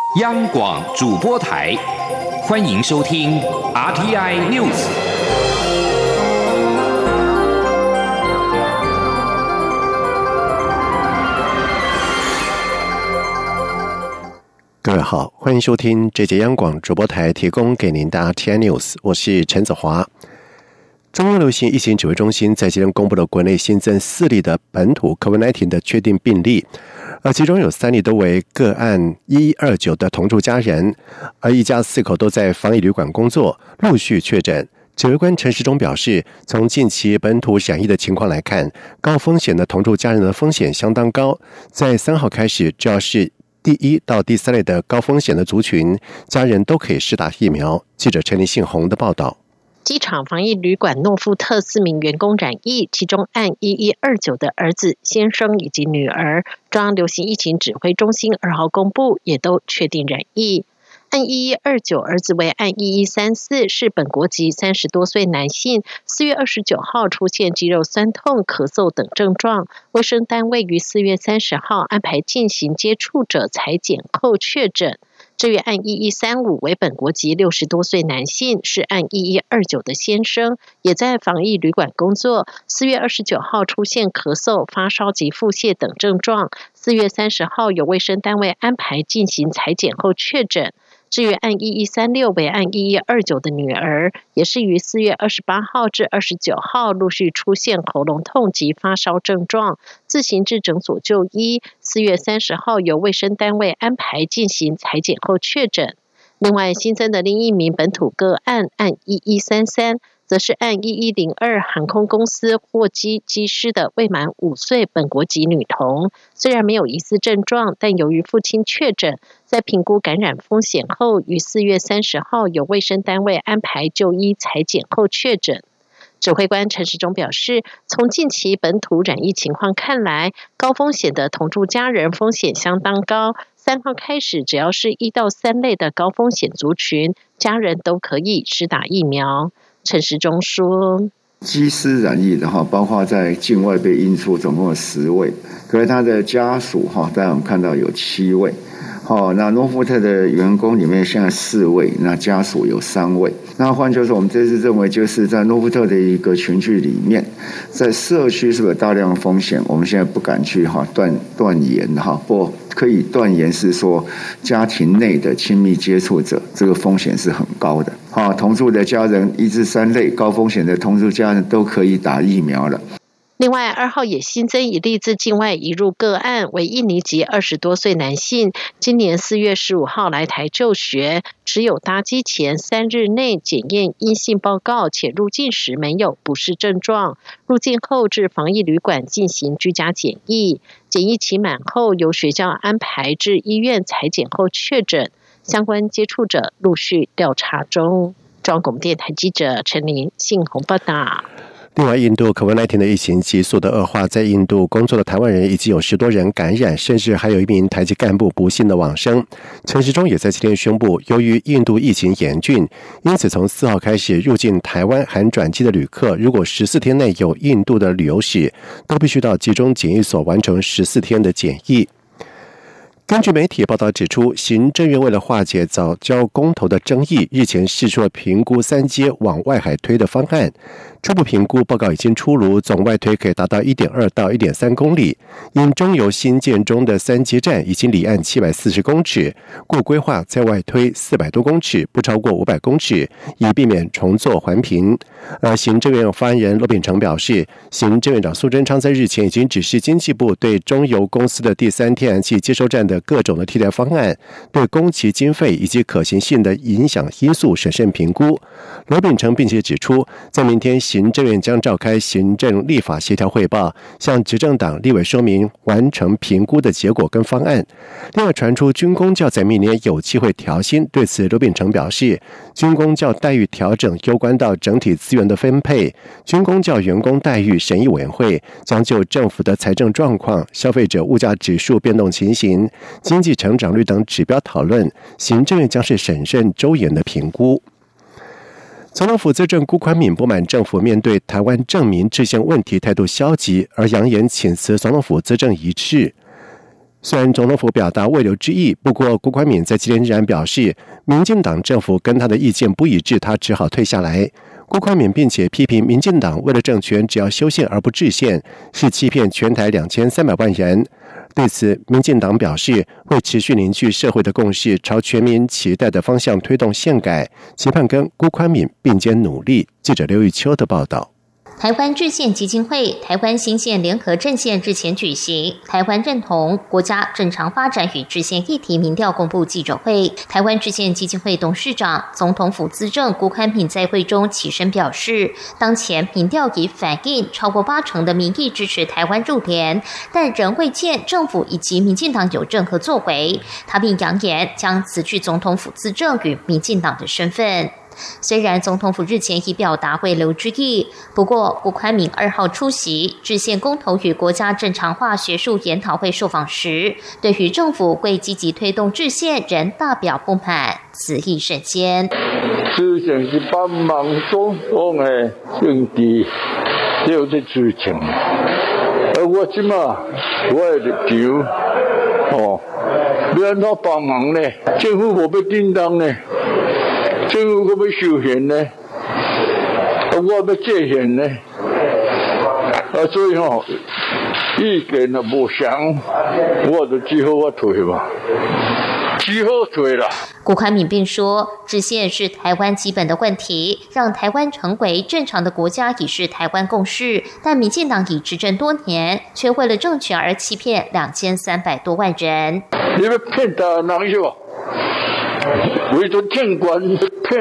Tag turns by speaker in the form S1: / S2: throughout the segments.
S1: 央广主播台，欢迎收听 RTI News。
S2: 各位好，欢迎收听这节央广主播台提供给您的 RTI News， 我是陈子华。中央流行疫情指挥中心在今天公布了国内新增4例的本土 COVID-19 的确定病例，而其中有3例都为个案1129的同住家人，而一家4口都在防疫旅馆工作，陆续确诊。指挥官陈时中表示，从近期本土染疫的情况来看，高风险的同住家人的风险相当高，在3号开始，只要是第1到第3类的高风险的族群，家人都可以施打疫苗。记者陈立信宏的报道。
S3: 机场防疫旅馆诺富特4名员工染疫，其中案1129的儿子、先生以及女儿，中央流行疫情指挥中心2号公布，也都确定染疫。案1129儿子为案1134，是本国籍30多岁男性，4月29号出现肌肉酸痛、咳嗽等症状，卫生单位于4月30号安排进行接触者采检后确诊。至于案1135为本国籍60多岁男性，是案1129的先生，也在防疫旅馆工作。4月29号出现咳嗽、发烧及腹泻等症状，4月30号由卫生单位安排进行采检后确诊。至于案1136为案1129的女儿，也是于4月28号至29号陆续出现喉咙痛及发烧症状，自行至诊所就医。4月30号由卫生单位安排进行采检后确诊。另外新增的另一名本土个案，案1133，则是案1102航空公司货机机师的未满5岁本国籍女童，虽然没有疑似症状，但由于父亲确诊，在评估感染风险后，于4月30号由卫生单位安排就医采检后确诊。指挥官陈时中表示，从近期本土染疫情况看来，高风险的同住家人风险相当高。3号开始，只要是1到3类的高风险族群，家人都可以施打疫苗。陈时中说，
S4: 机师染疫的包括在境外被阴出总共有10位，可是他的家属当然我们看到有7位。那诺富特的员工里面现在4位，那家属有3位。那换句话说，我们这次认为就是在诺富特的一个群聚里面，在社区是不是有大量的风险，我们现在不敢去断言不可以断言是说家庭内的亲密接触者这个风险是很高的。同住的家人1至3类高风险的同住家人都可以打疫苗了。
S3: 另外2号也新增1例自境外移入个案，为印尼籍20多岁男性，今年4月15号来台就学，持有搭机前3日内检验阴性报告，且入境时没有不适症状，入境后至防疫旅馆进行居家检疫，检疫期满后由学校安排至医院采检后确诊，相关接触者陆续调查中。中央广播电台记者陈琳信宏报道。
S2: 另外，印度 COVID-19 的疫情急速的恶化，在印度工作的台湾人已经有10多人感染，甚至还有1名台籍干部不幸的往生。陈时中也在今天宣布，由于印度疫情严峻，因此从4号开始，入境台湾含转机的旅客，如果14天内有印度的旅游史，都必须到集中检疫所完成14天的检疫。根据媒体报道指出，行政院为了化解藻礁公投的争议，日前释出了评估3接往外海推的方案。初步评估报告已经出炉，总外推可以达到 1.2 到 1.3 公里。因中油新建中的3接站已经离岸740公尺，过规划再外推400多公尺，不超过500公尺，以避免重做环评。而行政院发言人罗秉成表示，行政院长苏贞昌在日前已经指示经济部对中油公司的第3天然气接收站的各种的替代方案，对工期经费以及可行性的影响因素审慎评估。罗秉成并且指出，在明天行政院将召开行政立法协调汇报，向执政党立委说明完成评估的结果跟方案。另外传出军公教在明年有机会调薪，对此罗秉成表示，军公教待遇调整攸关到整体资源的分配，军公教员工待遇审议委员会将就政府的财政状况、消费者物价指数变动情形、经济成长率等指标讨论，行政院将是审慎周延的评估。总统府资政辜宽敏不满政府面对台湾证明制宪问题态度消极，而扬言请辞总统府资政一事。 虽然总统府表达慰留之意，不过辜宽敏在今天仍然表示，民进党政府跟他的意见不一致，他只好退下来。辜宽敏并且批评民进党为了政权只要修宪而不制宪，是欺骗全台2300万人。对此，民进党表示会持续凝聚社会的共识，朝全民期待的方向推动宪改，期盼跟辜宽敏并肩努力。记者刘玉秋的报道。
S5: 台湾制宪基金会、台湾新宪联合阵线日前举行台湾认同国家正常发展与制宪议题民调公布记者会。台湾制宪基金会董事长、总统府资政辜宽敏在会中起身表示，当前民调已反映超过80%的民意支持台湾入联，但仍未见政府以及民进党有任何作为。他并扬言将辞去总统府资政与民进党的身份。虽然总统府日前已表达慰留之意，不过辜宽敏2号出席制宪公投与国家正常化学术研讨会受访时，对于政府会积极推动制宪仍大表不满，此意甚坚。
S6: 制宪是帮忙总统的政治，就是制宪。而我即马我的场，要安怎帮忙呢？政府无要叮当呢？政府我要修宪呢，我要制宪呢，所以意见也无相，我就只好我退吧，只好退了。
S5: 辜宽敏并说，制宪是台湾基本的问题，让台湾成为正常的国家已是台湾共识，但民进党已执政多年，却为了政权而欺骗2300多万人。
S6: 你要骗大人是吧？为咗政权骗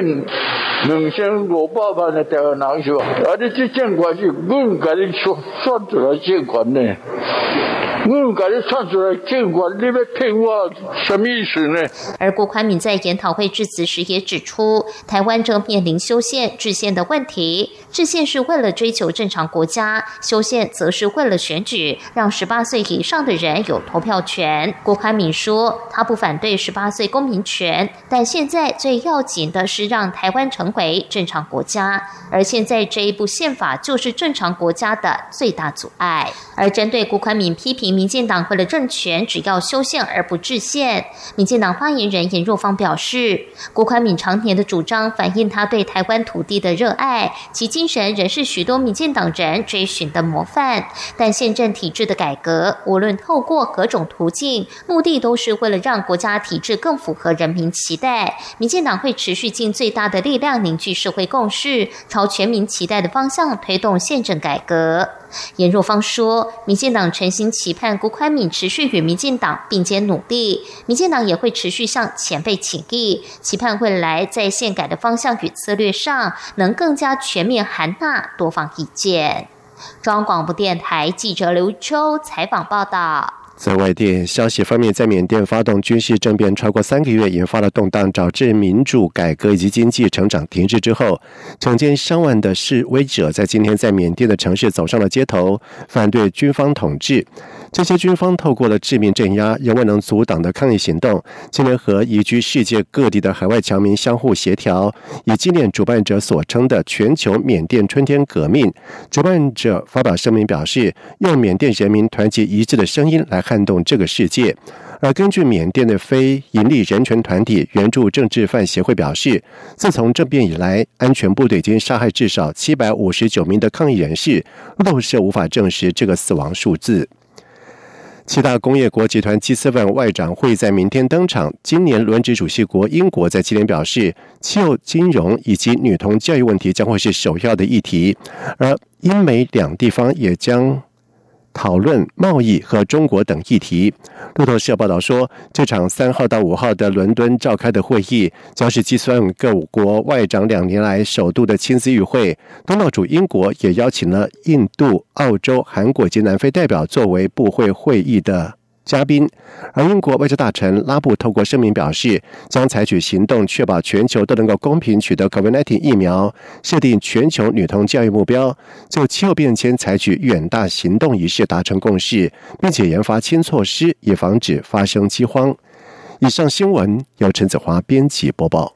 S6: 2500万的台湾人是吧？你这政权是阮甲你选出来政权呢？阮甲你选出来政权，你要骗我什么意思呢？
S5: 而辜宽敏在研讨会致辞时也指出，台湾正面临修宪、制宪的问题。制宪是为了追求正常国家，修宪则是为了选举，让18岁以上的人有投票权。辜宽敏说，他不反对18岁公民权，但现在最要紧的是让台湾成为正常国家，而现在这一部宪法就是正常国家的最大阻碍。而针对辜宽敏批评民进党为了政权只要修宪而不制宪，民进党发言人颜若芳表示，辜宽敏常年的主张反映他对台湾土地的热爱，其精神仍是许多民进党人追寻的模范。但宪政体制的改革，无论透过何种途径，目的都是为了让国家体制更符合人民期待。民进党会持续尽最大的力量凝聚社会共识，朝全民期待的方向推动宪政改革。颜若芳说，民进党诚心期盼辜宽敏持续与民进党并肩努力，民进党也会持续向前辈请益，期盼未来在宪改的方向与策略上能更加全面涵纳多方意见。中央广播电台记者刘秋采访报道。
S2: 在外电消息方面，在缅甸发动军事政变超过3个月，引发了动荡，导致民主改革以及经济成长停滞之后，成千上万的示威者在今天在缅甸的城市走上了街头，反对军方统治。这些军方透过了致命镇压仍未能阻挡的抗议行动，今天和移居世界各地的海外侨民相互协调，以纪念主办者所称的全球缅甸春天革命。主办者发表声明表示，用缅甸人民团结一致的声音来撼动这个世界。而根据缅甸的非营利人权团体援助政治犯协会表示，自从政变以来，安全部队已经杀害至少759名的抗议人士，路透社无法证实这个死亡数字。七大工业国集团 G7 外长会在明天登场。今年轮值主席国英国在今天表示，气候、金融以及女童教育问题将会是首要的议题，而英美两地方也将讨论贸易和中国等议题。路透社报道说，这场3号到5号的伦敦召开的会议将是G7各国外长2年来首度的亲自与会。东道主英国也邀请了印度、澳洲、韩国及南非代表作为部会会议的嘉宾。而英国外交大臣拉布透过声明表示，将采取行动确保全球都能够公平取得 COVID-19 疫苗，设定全球女童教育目标，就气候变迁采取远大行动仪式达成共识，并且研发新措施以防止发生饥荒。以上新闻由陈子华编辑播报。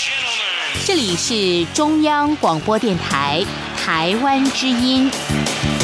S7: 这里是中央广播电台台湾之音。